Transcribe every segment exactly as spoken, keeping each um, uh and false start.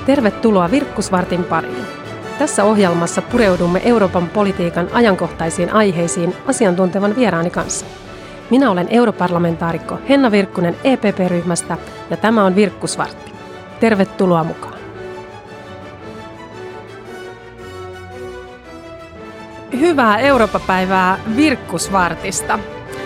Tervetuloa Virkkusvartin pariin. Tässä ohjelmassa pureudumme Euroopan politiikan ajankohtaisiin aiheisiin asiantuntevan vieraani kanssa. Minä olen europarlamentaarikko Henna Virkkunen E P P-ryhmästä ja tämä on Virkkusvartti. Tervetuloa mukaan. Hyvää Eurooppa-päivää Virkkusvartista.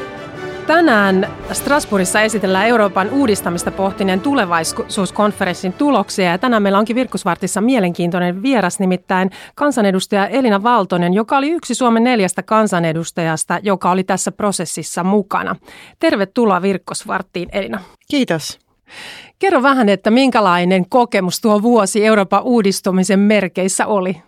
Tänään Strasbourgissa esitellään Euroopan uudistamista pohtineen tulevaisuuskonferenssin tuloksia. Ja tänään meillä onkin Virkkusvartissa mielenkiintoinen vieras, nimittäin kansanedustaja Elina Valtonen, joka oli yksi Suomen neljästä kansanedustajasta, joka oli tässä prosessissa mukana. Tervetuloa Virkkusvarttiin, Elina. Kiitos. Kerro vähän, että minkälainen kokemus tuo vuosi Euroopan uudistumisen merkeissä oli?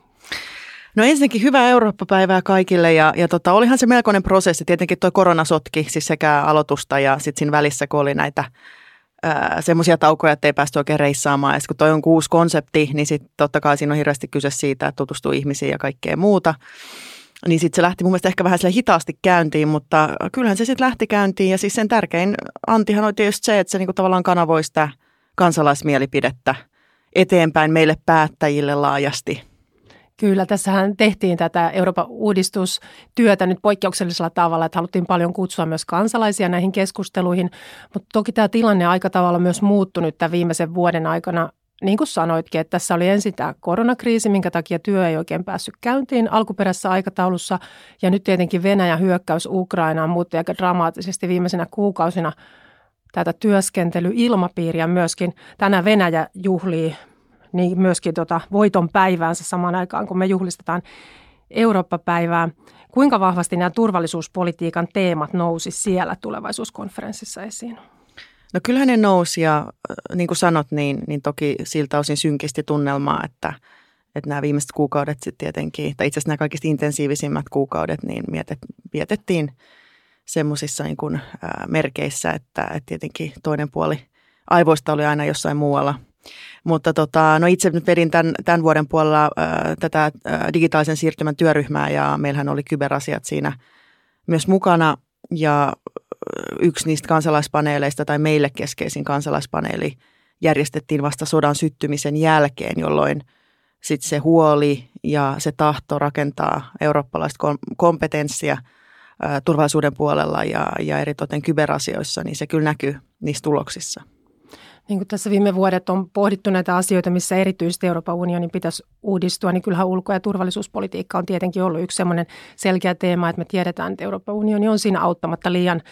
No ensinnäkin hyvää Eurooppa-päivää kaikille ja, ja tota, olihan se melkoinen prosessi. Tietenkin tuo korona sotki siis sekä aloitusta ja sitten siinä välissä, kun oli näitä semmoisia taukoja, että ei päästy oikein reissaamaan. Ja kun toi on uusi konsepti, niin sitten totta kai siinä on hirveästi kyse siitä, että tutustuu ihmisiin ja kaikkea muuta. Niin sitten se lähti mun mielestä ehkä vähän sille hitaasti käyntiin, mutta kyllähän se sitten lähti käyntiin. Ja siis sen tärkein antihan oli tietysti se, että se niinku tavallaan kanavoi sitä kansalaismielipidettä eteenpäin meille päättäjille laajasti. Kyllä, tässähän tehtiin tätä Euroopan uudistustyötä nyt poikkeuksellisella tavalla, että haluttiin paljon kutsua myös kansalaisia näihin keskusteluihin, mutta toki tämä tilanne on aika tavalla myös muuttunut tämän viimeisen vuoden aikana, niin kuin sanoitkin, että tässä oli ensin tämä koronakriisi, minkä takia työ ei oikein päässyt käyntiin alkuperäisessä aikataulussa, ja nyt tietenkin Venäjän hyökkäys Ukrainaan muutti aika dramaattisesti viimeisenä kuukausina tätä työskentelyilmapiiriä myöskin. Tänään Venäjä juhlii niin myöskin tota voiton päiväänsä samaan aikaan, kun me juhlistetaan Eurooppa-päivää. Kuinka vahvasti nämä turvallisuuspolitiikan teemat nousi siellä tulevaisuuskonferenssissa esiin? No kyllähän ne nousi ja niin kuin sanot, niin, niin toki siltä osin synkisti tunnelmaa, että, että nämä viimeiset kuukaudet sitten tietenkin, tai itse asiassa nämä kaikista intensiivisimmät kuukaudet, niin mietet, vietettiin semmoisissa niin kuin, ää, merkeissä, että, että tietenkin toinen puoli aivoista oli aina jossain muualla. Mutta tota, no itse nyt vedin tämän, tämän vuoden puolella ää, tätä ää, digitaalisen siirtymän työryhmää ja meillähän oli kyberasiat siinä myös mukana ja yksi niistä kansalaispaneeleista tai meille keskeisin kansalaispaneeli järjestettiin vasta sodan syttymisen jälkeen, jolloin sitten se huoli ja se tahto rakentaa eurooppalaista kom- kompetenssia ää, turvallisuuden puolella ja, ja eritoten kyberasioissa, niin se kyllä näkyy niissä tuloksissa. Niin kuin tässä viime vuodet on pohdittu näitä asioita, missä erityisesti Euroopan unionin pitäisi uudistua, niin kyllähän ulko- ja turvallisuuspolitiikka on tietenkin ollut yksi semmoinen selkeä teema, että me tiedetään, että Euroopan unioni on siinä auttamatta liian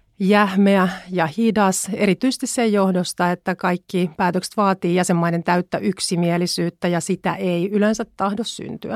jähmeä ja hidas, erityisesti sen johdosta, että kaikki päätökset vaatii jäsenmaiden täyttä yksimielisyyttä ja sitä ei yleensä tahdo syntyä.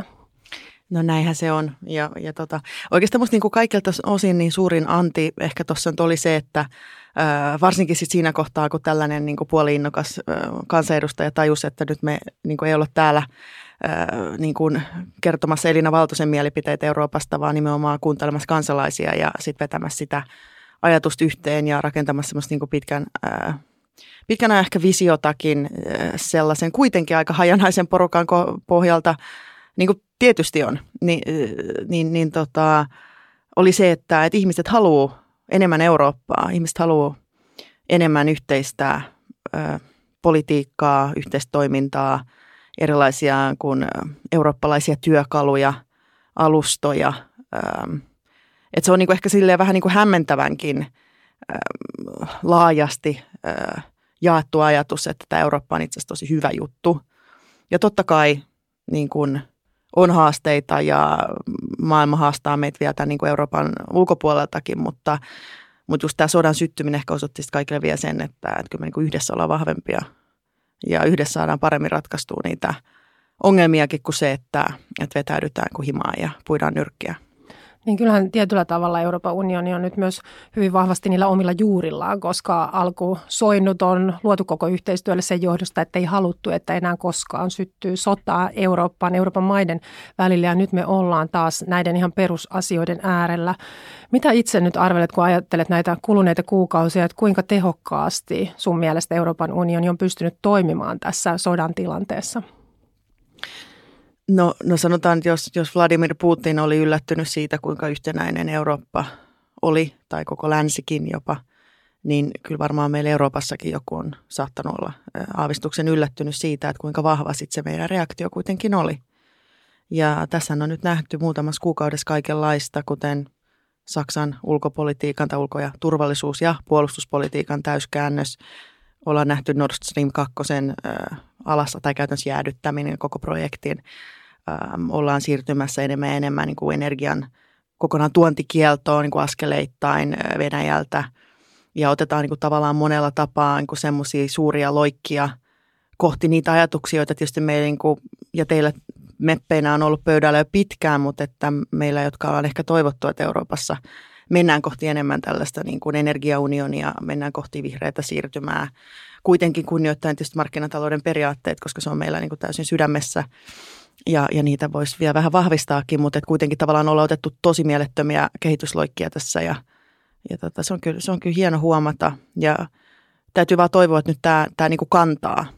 No näinhän se on ja, ja tota, oikeastaan musta niin kuin kaikilta osin niin suurin anti ehkä tuossa oli se, että ää, varsinkin sit siinä kohtaa, kun tällainen niin kuin puoli-innokas ää, kansanedustaja tajusi, että nyt me niin kuin ei olla täällä ää, niin kuin kertomassa Elina Valtosen mielipiteitä Euroopasta, vaan nimenomaan kuuntelemassa kansalaisia ja sitten vetämässä sitä ajatusta yhteen ja rakentamassa semmoista niin kuin pitkän, ää, pitkän ehkä visiotakin ää, sellaisen kuitenkin aika hajanaisen porukan pohjalta, niin kuin tietysti on, niin, niin, niin tota, oli se, että, että ihmiset haluaa enemmän Eurooppaa, ihmiset haluaa enemmän yhteistä ö, politiikkaa, yhteistä toimintaa, erilaisia kuin eurooppalaisia työkaluja, alustoja. Ö, että se on niin kuin ehkä silleen vähän niin kuin hämmentävänkin ö, laajasti ö, jaettu ajatus, että tämä Eurooppa on itse asiassa tosi hyvä juttu. Ja totta kai niin kuin on haasteita ja maailma haastaa meitä vielä tämän niin kuin Euroopan ulkopuoleltakin, mutta, mutta just tämä sodan syttyminen ehkä osoitti kaikille vielä sen, että, että kyllä me niin kuin yhdessä ollaan vahvempia ja yhdessä saadaan paremmin ratkaistua niitä ongelmiakin kuin se, että, että vetäydytään kuin himaan ja puidaan nyrkkiä. Niin kyllähän tietyllä tavalla Euroopan unioni on nyt myös hyvin vahvasti niillä omilla juurillaan, koska alkusoinnut on luotu koko yhteistyölle sen johdosta, että ei haluttu, että enää koskaan syttyy sotaa Eurooppaan, Euroopan maiden välillä ja nyt me ollaan taas näiden ihan perusasioiden äärellä. Mitä itse nyt arvelet, kun ajattelet näitä kuluneita kuukausia, että kuinka tehokkaasti sun mielestä Euroopan unioni on pystynyt toimimaan tässä sodan tilanteessa? No, no sanotaan, että jos, jos Vladimir Putin oli yllättynyt siitä, kuinka yhtenäinen Eurooppa oli, tai koko länsikin jopa, niin kyllä varmaan meillä Euroopassakin joku on saattanut olla aavistuksen yllättynyt siitä, että kuinka vahva sitten se meidän reaktio kuitenkin oli. Ja tässä on nyt nähty muutamassa kuukaudessa kaikenlaista, kuten Saksan ulkopolitiikan tai ulko- ja turvallisuus- ja puolustuspolitiikan täyskäännös. Ollaan nähty Nord Stream kaksi äh, alassa tai käytännössä jäädyttäminen koko projektin. Ähm, ollaan siirtymässä enemmän ja enemmän niin kuin energian kokonaan tuontikieltoon niin kuin askeleittain äh, Venäjältä. Ja otetaan niin kuin tavallaan monella tapaa niin kuin semmoisia suuria loikkia kohti niitä ajatuksia, joita tietysti meillä niin kuin, ja teillä meppeinä on ollut pöydällä jo pitkään, mutta että meillä, jotka ollaan ehkä toivottu, että Euroopassa mennään kohti enemmän tällaista niin kuin energiaunionia, mennään kohti vihreätä siirtymää, kuitenkin kunnioittaen tietysti markkinatalouden periaatteet, koska se on meillä niin kuin täysin sydämessä ja, ja niitä voisi vielä vähän vahvistaakin, mutta että kuitenkin tavallaan ollaan otettu tosi mielettömiä kehitysloikkia tässä ja, ja tota, se, on kyllä, se on kyllä hieno huomata ja täytyy vaan toivoa, että nyt tämä, tämä niin kuin kantaa,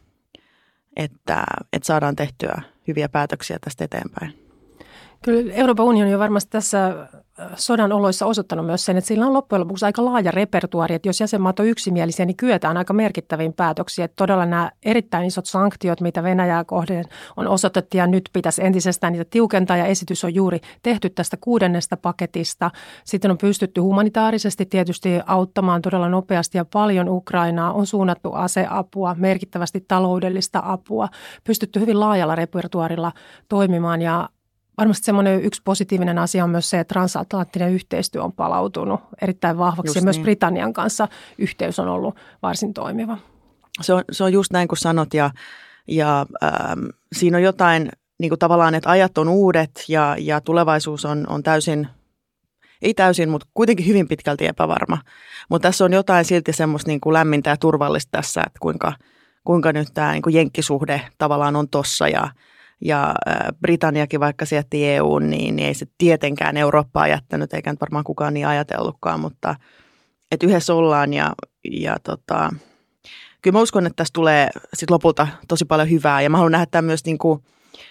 että, että saadaan tehtyä hyviä päätöksiä tästä eteenpäin. Kyllä Euroopan unioni on varmasti tässä sodan oloissa osoittanut myös sen, että sillä on loppujen lopuksi aika laaja repertuaari, että jos jäsenmaat on yksimielisiä, niin kyetään aika merkittäviin päätöksiin. Että todella nämä erittäin isot sanktiot, mitä Venäjää kohden on osoitettu ja nyt pitäisi entisestään niitä tiukentaa ja esitys on juuri tehty tästä kuudennesta paketista. Sitten on pystytty humanitaarisesti tietysti auttamaan todella nopeasti ja paljon Ukrainaa. On suunnattu aseapua, merkittävästi taloudellista apua, pystytty hyvin laajalla repertuaarilla toimimaan ja varmasti semmoinen yksi positiivinen asia on myös se, että transatlanttinen yhteistyö on palautunut erittäin vahvaksi. Just ja niin. Myös Britannian kanssa yhteys on ollut varsin toimiva. Se on, se on just näin kuin sanot ja, ja ähm, siinä on jotain niin kuin tavallaan, että ajat on uudet ja, ja tulevaisuus on, on täysin, ei täysin, mutta kuitenkin hyvin pitkälti epävarma. Mutta tässä on jotain silti semmoista niin kuin lämmintä ja turvallista tässä, että kuinka, kuinka nyt tämä niin kuin jenkkisuhde tavallaan on tossa ja Ja Britanniakin vaikka sijoitti E U:n, niin, niin ei se tietenkään Eurooppaa jättänyt, eikä nyt varmaan kukaan niin ajatellutkaan, mutta että yhdessä ollaan ja, ja tota, kyllä mä uskon, että tästä tulee sit lopulta tosi paljon hyvää ja mä haluan nähdä tämän myös niin kuin,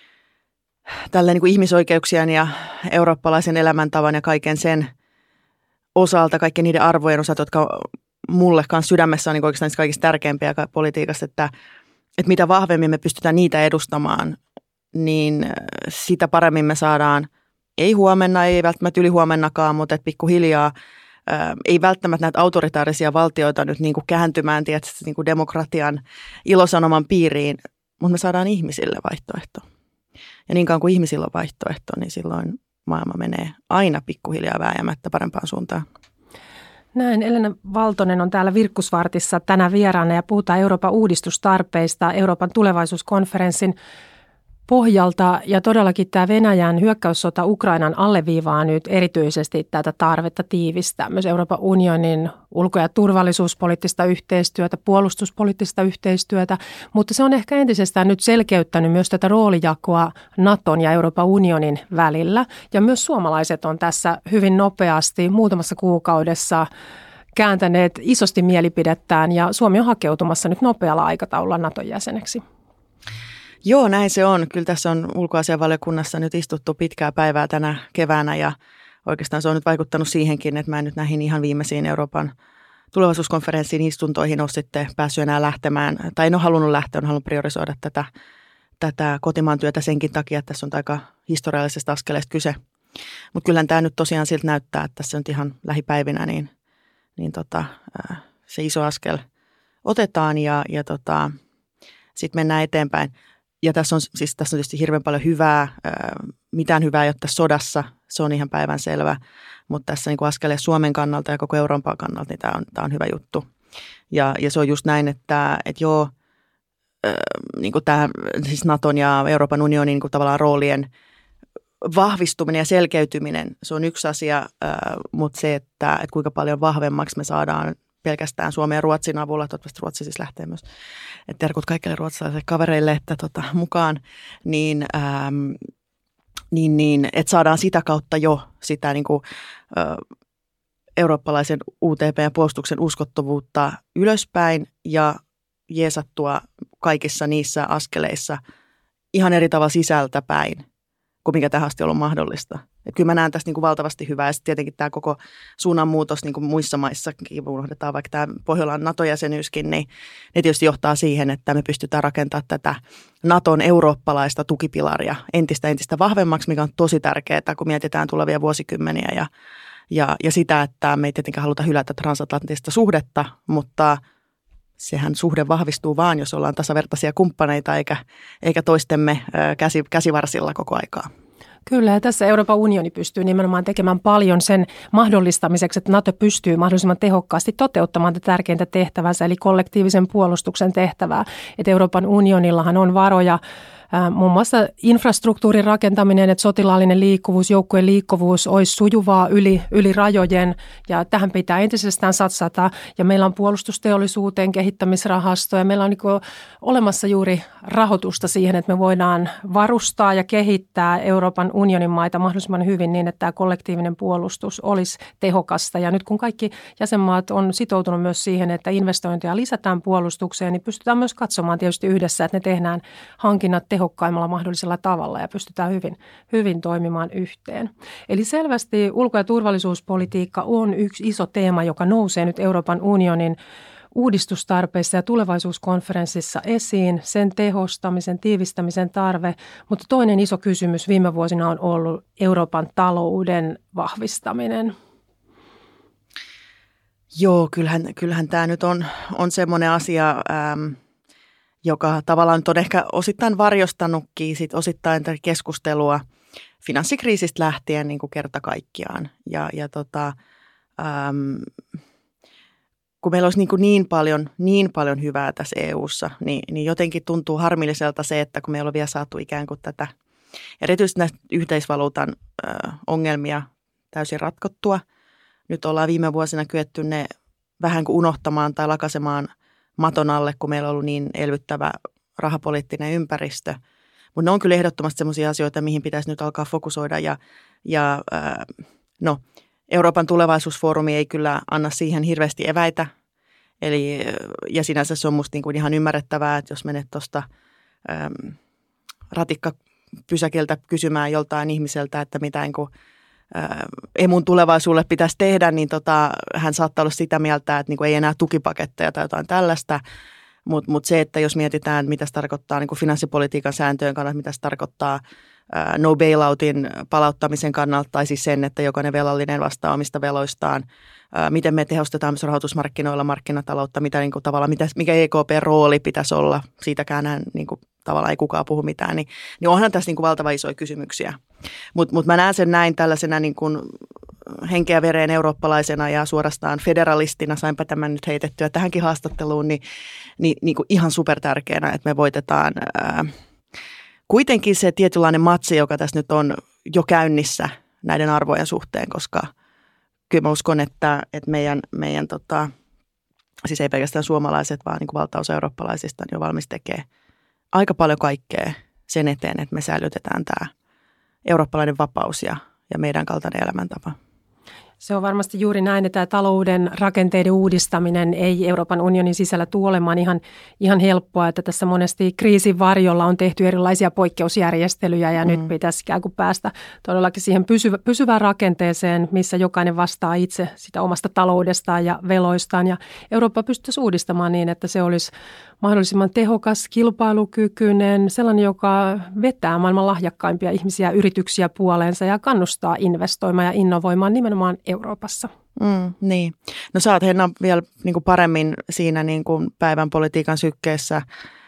tälleen niin kuin ihmisoikeuksien ja eurooppalaisen elämäntavan ja kaiken sen osalta, kaikkien niiden arvojen osalta, jotka mulle kanssa sydämessä on niin oikeastaan kaikista tärkeimpiä politiikasta, että, että mitä vahvemmin me pystytään niitä edustamaan, niin sitä paremmin me saadaan, ei huomenna, ei välttämättä ylihuomennakaan, mutta että pikkuhiljaa ää, ei välttämättä näitä autoritaarisia valtioita nyt niin kuin kääntymään tietysti niin kuin demokratian ilosanoman piiriin, mutta me saadaan ihmisille vaihtoehto. Ja niin kauan kuin ihmisillä on vaihtoehto, niin silloin maailma menee aina pikkuhiljaa vääjäämättä parempaan suuntaan. Näin, Elina Valtonen on täällä Virkkusvartissa tänä vieraana ja puhutaan Euroopan uudistustarpeista Euroopan tulevaisuuskonferenssin pohjalta. Ja todellakin tämä Venäjän hyökkäyssota Ukrainan alleviivaa nyt erityisesti tätä tarvetta tiivistää myös Euroopan unionin ulko- ja turvallisuuspoliittista yhteistyötä, puolustuspoliittista yhteistyötä, mutta se on ehkä entisestään nyt selkeyttänyt myös tätä roolijakoa Naton ja Euroopan unionin välillä. Ja myös suomalaiset on tässä hyvin nopeasti muutamassa kuukaudessa kääntäneet isosti mielipidettään ja Suomi on hakeutumassa nyt nopealla aikataululla Naton jäseneksi. Joo, näin se on. Kyllä tässä on ulkoasianvaliokunnassa nyt istuttu pitkää päivää tänä keväänä ja oikeastaan se on nyt vaikuttanut siihenkin, että mä en nyt näihin ihan viimeisiin Euroopan tulevaisuuskonferenssin istuntoihin ole sitten päässyt enää lähtemään. Tai en ole halunnut lähteä, on halunnut priorisoida tätä, tätä kotimaan työtä senkin takia, että tässä on aika historiallisesta askeleesta kyse. Mutta kyllähän tämä nyt tosiaan siltä näyttää, että tässä nyt ihan lähipäivinä niin, niin tota, se iso askel otetaan ja, ja tota, sitten mennään eteenpäin. Ja tässä on, siis tässä on tietysti hirveän paljon hyvää, mitään hyvää ei ole tässä sodassa, se on ihan päivänselvä, mutta tässä niin kuin askeleen Suomen kannalta ja koko Euroopan kannalta, niin tämä on, tämä on hyvä juttu. Ja, ja se on just näin, että, että joo, niin kuin tämä siis Naton ja Euroopan unionin niin kuin tavallaan roolien vahvistuminen ja selkeytyminen, se on yksi asia, mutta se, että, että kuinka paljon vahvemmaksi me saadaan pelkästään Suomen ja Ruotsin avulla, toivottavasti Ruotsi siis lähtee myös, että terkut kaikille ruotsalaisille kavereille, että tota, mukaan, niin, ähm, niin, niin että saadaan sitä kautta jo sitä niin kuin, äh, eurooppalaisen U T P ja puolustuksen uskottavuutta ylöspäin ja jeesattua kaikissa niissä askeleissa ihan eri tavalla sisältäpäin kuin mikä tähän asti on ollut mahdollista. Et kyllä mä näen tässä niin kuin valtavasti hyvää ja sitten tietenkin tämä koko suunnanmuutos niin kuin muissa maissakin, unohdetaan vaikka tämä Pohjolan NATO-jäsenyyskin, niin ne tietysti johtaa siihen, että me pystytään rakentamaan tätä Naton eurooppalaista tukipilaria entistä entistä vahvemmaksi, mikä on tosi tärkeää, kun mietitään tulevia vuosikymmeniä ja, ja, ja sitä, että me ei tietenkään haluta hylätä transatlanttista suhdetta, mutta sehän suhde vahvistuu vaan, jos ollaan tasavertaisia kumppaneita eikä, eikä toistemme käsi, käsivarsilla koko aikaa. Kyllä, ja tässä Euroopan unioni pystyy nimenomaan tekemään paljon sen mahdollistamiseksi, että NATO pystyy mahdollisimman tehokkaasti toteuttamaan tätä tärkeintä tehtävänsä, eli kollektiivisen puolustuksen tehtävää. Että Euroopan unionillahan on varoja, muun muassa infrastruktuurin rakentaminen, että sotilaallinen liikkuvuus, joukkojen liikkuvuus olisi sujuvaa yli, yli rajojen ja tähän pitää entisestään satsata. Ja meillä on puolustusteollisuuteen kehittämisrahasto ja meillä on niin kuin olemassa juuri rahoitusta siihen, että me voidaan varustaa ja kehittää Euroopan unionin maita mahdollisimman hyvin niin, että tämä kollektiivinen puolustus olisi tehokasta. Ja nyt kun kaikki jäsenmaat on sitoutunut myös siihen, että investointeja lisätään puolustukseen, niin pystytään myös katsomaan tietysti yhdessä, että ne tehdään hankinnat tehokkaimmalla mahdollisella tavalla ja pystytään hyvin, hyvin toimimaan yhteen. Eli selvästi ulko- ja turvallisuuspolitiikka on yksi iso teema, joka nousee nyt Euroopan unionin uudistustarpeissa ja tulevaisuuskonferenssissa esiin, sen tehostamisen, tiivistämisen tarve, mutta toinen iso kysymys viime vuosina on ollut Euroopan talouden vahvistaminen. Joo, kyllähän, kyllähän tämä nyt on, on semmoinen asia, ähm, joka tavallaan nyt on ehkä osittain varjostanutkin sit osittain tätä keskustelua finanssikriisistä lähtien niin kuin kerta kaikkiaan. Ja, ja tota, ähm, kun meillä olisi niin, kuin niin, paljon, niin paljon hyvää tässä E U:ssa, niin, niin jotenkin tuntuu harmilliselta se, että kun me ei ole vielä saatu ikään kuin tätä erityisesti näistä yhteisvaluutan äh, ongelmia täysin ratkottua. Nyt ollaan viime vuosina kyetty ne vähän kuin unohtamaan tai lakasemaan maton alle, kun meillä on ollut niin elvyttävä rahapoliittinen ympäristö. Mutta ne on kyllä ehdottomasti sellaisia asioita, mihin pitäisi nyt alkaa fokusoida. Ja, ja äh, no, Euroopan tulevaisuusfoorumi ei kyllä anna siihen hirveästi eväitä. Eli, ja sinänsä se on musta niin kuin ihan ymmärrettävää, että jos menet tuosta ähm, ratikkapysäkiltä kysymään joltain ihmiseltä, että mitä niin kuin emun tulevaisuudelle pitäisi tehdä, niin tota, hän saattaa olla sitä mieltä, että niinku ei enää tukipaketteja tai jotain tällaista. Mutta mut se, että jos mietitään, mitä se tarkoittaa niinku finanssipolitiikan sääntöjen kannalta, mitä se tarkoittaa ää, no bailoutin palauttamisen kannalta, tai siis sen, että jokainen velallinen vastaa omista veloistaan, ää, miten me tehostetaan myös rahoitusmarkkinoilla markkinataloutta, mitä, niinku, tavallaan, mitä, mikä E K P-rooli pitäisi olla, siitäkään hän, niinku, tavallaan ei kukaan puhu mitään, niin, niin onhan tässä niinku valtava isoja kysymyksiä. Mutta mut mä näen sen näin tällaisena niin kuin henkeä vereen eurooppalaisena ja suorastaan federalistina, sainpä tämän nyt heitettyä tähänkin haastatteluun, niin, niin, niin kuin ihan supertärkeänä, että me voitetaan ää, kuitenkin se tietynlainen matsi, joka tässä nyt on jo käynnissä näiden arvojen suhteen, koska kyllä mä uskon, että, että meidän, meidän tota, siis ei pelkästään suomalaiset, vaan niin kuin valtaosa eurooppalaisista on jo valmis tekemään aika paljon kaikkea sen eteen, että me säilytetään tämä eurooppalainen vapaus ja, ja meidän kaltainen elämäntapa. Se on varmasti juuri näin, että tämä talouden rakenteiden uudistaminen ei Euroopan unionin sisällä tule olemaan ihan, ihan helppoa, että tässä monesti kriisin varjolla on tehty erilaisia poikkeusjärjestelyjä ja mm. nyt pitäisi ikään kuin päästä todellakin siihen pysyvä, pysyvään rakenteeseen, missä jokainen vastaa itse sitä omasta taloudestaan ja veloistaan ja Eurooppa pystyisi uudistamaan niin, että se olisi mahdollisimman tehokas, kilpailukykyinen, sellainen, joka vetää maailman lahjakkaimpia ihmisiä, yrityksiä puoleensa ja kannustaa investoimaan ja innovoimaan nimenomaan Euroopassa. Mm, niin. No sä oot Henna vielä niin kuin paremmin siinä niin kuin päivän politiikan sykkeessä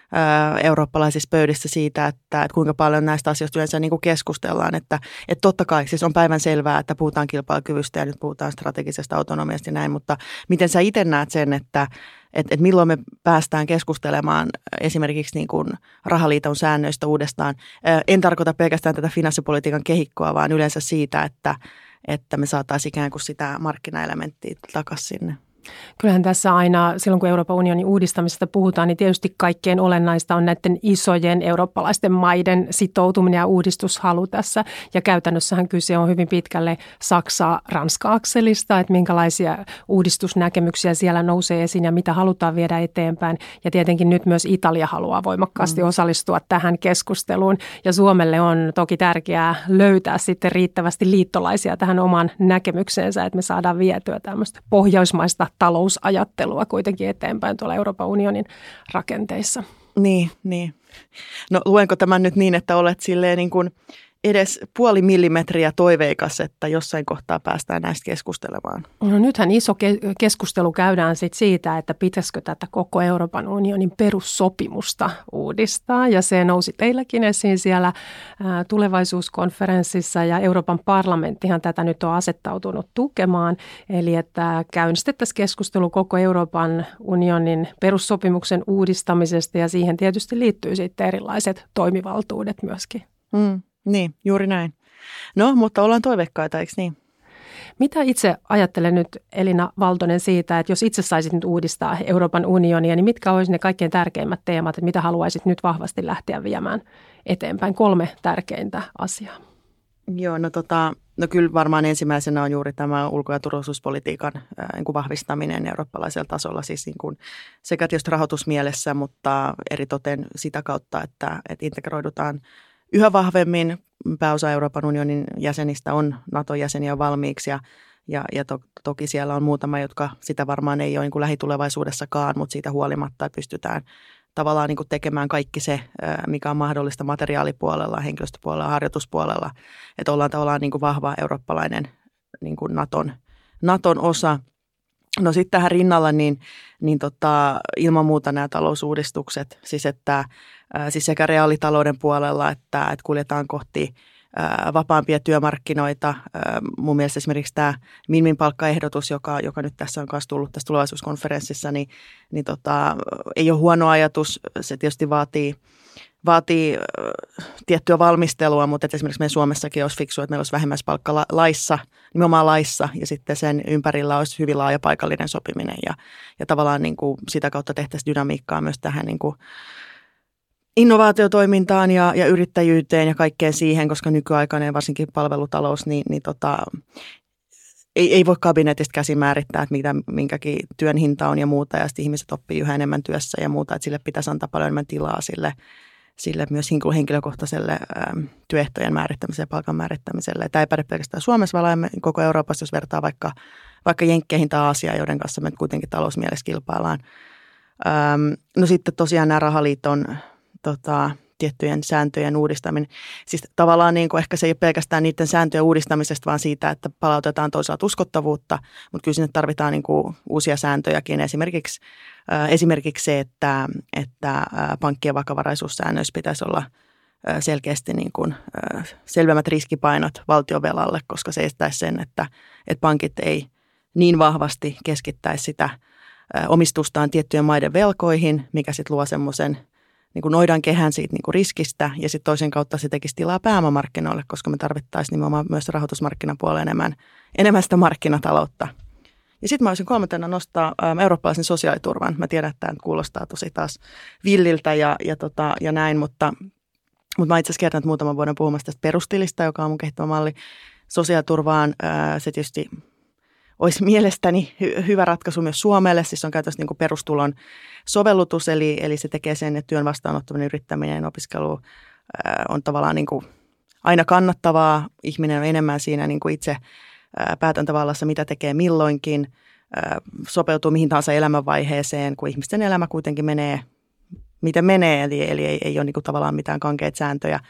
ää, eurooppalaisissa pöydissä siitä, että, että kuinka paljon näistä asioista yleensä niin kuin keskustellaan. Että, että totta kai siis on päivän selvää, että puhutaan kilpailukyvystä ja nyt puhutaan strategisesta autonomiasta ja näin, mutta miten sä itse näet sen, että Että et milloin me päästään keskustelemaan esimerkiksi niin kuin rahaliiton säännöistä uudestaan. En tarkoita pelkästään tätä finanssipolitiikan kehikkoa, vaan yleensä siitä, että, että me saataisiin ikään kuin sitä markkinaelementtiä takaisin sinne. Kyllähän tässä aina, silloin kun Euroopan unionin uudistamisesta puhutaan, niin tietysti kaikkein olennaista on näiden isojen eurooppalaisten maiden sitoutuminen ja uudistushalu tässä. Ja käytännössähän kyse on hyvin pitkälle Saksa-Ranska-akselista, että minkälaisia uudistusnäkemyksiä siellä nousee esiin ja mitä halutaan viedä eteenpäin. Ja tietenkin nyt myös Italia haluaa voimakkaasti mm. osallistua tähän keskusteluun. Ja Suomelle on toki tärkeää löytää sitten riittävästi liittolaisia tähän oman näkemykseensä, että me saadaan vietyä tämmöistä pohjoismaista talousajattelua kuitenkin eteenpäin tuolla Euroopan unionin rakenteissa. Niin, niin. No luenko tämän nyt niin, että olet silleen niin kuin edes puoli millimetriä toiveikas, että jossain kohtaa päästään näistä keskustelemaan? No nythän iso ke- keskustelu käydään sit siitä, että pitäisikö tätä koko Euroopan unionin perussopimusta uudistaa. Ja se nousi teilläkin esiin siellä ää, tulevaisuuskonferenssissa ja Euroopan parlamenttihan tätä nyt on asettautunut tukemaan. Eli että käynnistettäisiin keskustelu koko Euroopan unionin perussopimuksen uudistamisesta ja siihen tietysti liittyy sitten erilaiset toimivaltuudet myöskin. Mm. Niin, juuri näin. No, mutta ollaan toiveikkaita, eikö niin? Mitä itse ajattelen nyt, Elina Valtonen, siitä, että jos itse saisit nyt uudistaa Euroopan unionia, niin mitkä olisi ne kaikkein tärkeimmät teemat, että mitä haluaisit nyt vahvasti lähteä viemään eteenpäin? Kolme tärkeintä asiaa. Joo, no, tota, no kyllä varmaan ensimmäisenä on juuri tämä ulko- ja turvallisuuspolitiikan ää, niin kuin vahvistaminen eurooppalaisella tasolla, siis niin kuin sekä tietysti rahoitusmielessä, mutta eritoten sitä kautta, että, että integroidutaan yhä vahvemmin. Pääosa Euroopan unionin jäsenistä on NATO-jäseniä valmiiksi ja, ja, ja to, toki siellä on muutama, jotka sitä varmaan ei ole niin kuin lähitulevaisuudessakaan, mutta siitä huolimatta pystytään tavallaan niin kuin tekemään kaikki se, mikä on mahdollista materiaalipuolella, henkilöstöpuolella, harjoituspuolella, että ollaan tavallaan niin kuin vahva eurooppalainen niin kuin Naton, Naton osa. No sitten tähän rinnalla niin, niin tota, ilman muuta nämä talousuudistukset, siis, että, ää, siis sekä reaalitalouden puolella, että, että kuljetaan kohti ää, vapaampia työmarkkinoita. Ää, mun mielestä esimerkiksi tämä Minmin palkkaehdotus, joka, joka nyt tässä on myös tullut tässä tulevaisuuskonferenssissa, niin, niin tota, ei ole huono ajatus. Se tietysti vaatii, vaatii äh, tiettyä valmistelua, mutta esimerkiksi meidän Suomessakin olisi fiksua, että meillä olisi vähimmäispalkka laissa, nimenomaan laissa, ja sitten sen ympärillä olisi hyvin laaja paikallinen sopiminen, ja, ja tavallaan niin kuin sitä kautta tehtäisiin dynamiikkaa myös tähän niin kuin innovaatiotoimintaan ja, ja yrittäjyyteen ja kaikkeen siihen, koska nykyaikainen varsinkin palvelutalous, niin, niin tota, ei, ei voi kabinetista käsin määrittää, että mitä, minkäkin työn hinta on ja muuta, ja sitten ihmiset oppii yhä enemmän työssä ja muuta, että sille pitäisi antaa paljon enemmän tilaa sille, sille myös henkilökohtaiselle ähm, työehtojen määrittämiselle ja palkan määrittämiselle. Tämä ei päde pelkästään Suomessa, vaan koko Euroopassa, jos vertaa vaikka, vaikka Jenkkeihin tai Aasiaan, joiden kanssa me kuitenkin talousmielessä kilpaillaan. Ähm, no sitten tosiaan nämä rahaliiton tota, tiettyjen sääntöjen uudistaminen. Siis tavallaan niin kuin ehkä se ei ole pelkästään niiden sääntöjen uudistamisesta, vaan siitä, että palautetaan toisaalta uskottavuutta, mutta kyllä sinne tarvitaan niin kuin uusia sääntöjäkin. Esimerkiksi, äh, esimerkiksi se, että, että äh, pankkien vakavaraisuussäännöissä pitäisi olla äh, selkeästi niin kuin, äh, selvemmät riskipainot valtiovelalle, koska se estäisi sen, että, että pankit ei niin vahvasti keskittäisi sitä äh, omistustaan tiettyjen maiden velkoihin, mikä sitten luo semmoisen niin kuin noidan kehän siitä niin kuin riskistä ja sitten toisen kautta se tekisi tilaa pääomamarkkinoille, koska me tarvittaisiin nimenomaan myös rahoitusmarkkinapuolella enemmän, enemmän sitä markkinataloutta. Ja sitten mä olisin kolmantena nostaa ä, eurooppalaisen sosiaaliturvan. Mä tiedän, että tämä kuulostaa tosi taas villiltä ja, ja, tota, ja näin, mutta, mutta mä itse asiassa kertaan muutaman vuoden puhumassa tästä perustilista, joka on mun kehittämä malli sosiaaliturvaan. Ä, se tietysti olisi mielestäni hy- hyvä ratkaisu myös Suomelle, siis on käytössä niin kuin perustulon sovellutus, eli, eli se tekee sen, että työn vastaanottaminen, yrittäminen, opiskelu ää, on tavallaan niin kuin aina kannattavaa. Ihminen on enemmän siinä niin kuin itse ää, päätäntävallassa, mitä tekee milloinkin, ää, sopeutuu mihin tahansa elämänvaiheeseen, kun ihmisten elämä kuitenkin menee, miten menee, eli, eli ei, ei ole niin kuin tavallaan mitään kankeita sääntöjä.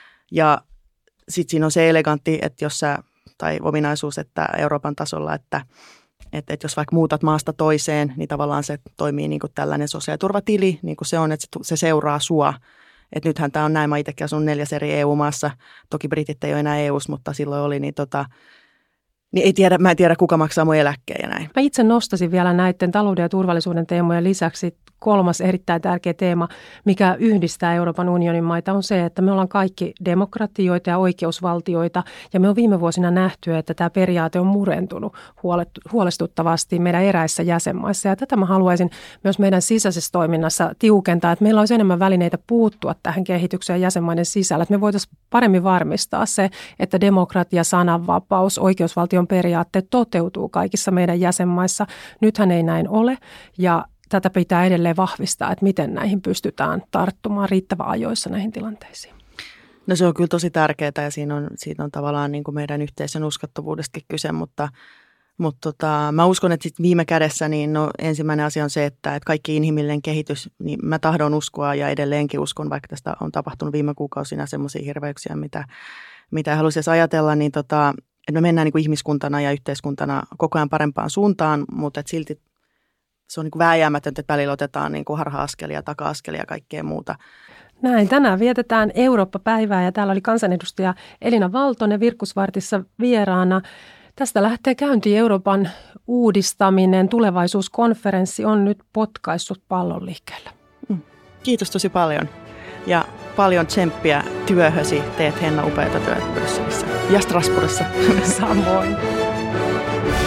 Ja sitten siinä on se elegantti, että jos sä tai ominaisuus, että Euroopan tasolla, että, että, että jos vaikka muutat maasta toiseen, niin tavallaan se toimii niin kuin tällainen sosiaaliturvatili, niin kuin se on, että se, se seuraa sua. Että nythän tämä on näin, mä itsekin asun neljäs eri E U-maassa, toki britit ei ole enää E U:ssa, mutta silloin oli, niin tota, niin ei tiedä, mä en tiedä, kuka maksaa mun eläkkeen ja näin. Mä itse nostasin vielä näiden talouden ja turvallisuuden teemojen lisäksi kolmas erittäin tärkeä teema, mikä yhdistää Euroopan unionin maita, on se, että me ollaan kaikki demokratioita ja oikeusvaltioita. Ja me on viime vuosina nähty, että tämä periaate on murentunut huolestuttavasti meidän eräissä jäsenmaissa. Ja tätä mä haluaisin myös meidän sisäisessä toiminnassa tiukentaa, että meillä olisi enemmän välineitä puuttua tähän kehitykseen jäsenmaiden sisällä. Että me voitaisiin paremmin varmistaa se, että demokratia, sananvapaus, oikeusvaltion periaatteet toteutuu kaikissa meidän jäsenmaissa. Nythän ei näin ole ja tätä pitää edelleen vahvistaa, että miten näihin pystytään tarttumaan riittävän ajoissa näihin tilanteisiin. No se on kyllä tosi tärkeää ja siinä on, siinä on tavallaan niin kuin meidän yhteisön uskottavuudestakin kyse, mutta, mutta tota, mä uskon, että sit viime kädessä niin no, ensimmäinen asia on se, että, että kaikki inhimillinen kehitys, niin mä tahdon uskoa ja edelleenkin uskon, vaikka tästä on tapahtunut viime kuukausina semmoisia hirveyksiä, mitä, mitä haluaisin ajatella, niin tota, että me mennään niin kuin ihmiskuntana ja yhteiskuntana koko ajan parempaan suuntaan, mutta että silti se on niin kuin vääjäämätöntä, että välillä otetaan niin kuin harha-askelia, taka-askelia ja kaikkea muuta. Näin, tänään vietetään Eurooppa-päivää ja täällä oli kansanedustaja Elina Valtonen Virkkusvartissa vieraana. Tästä lähtee käyntiin Euroopan uudistaminen. Tulevaisuuskonferenssi on nyt potkaissut pallon liikkeelle. Kiitos tosi paljon ja paljon tsemppiä työhösi. Teet Henna upeata työtä Brysselissä ja Strasbourgissa. Samoin.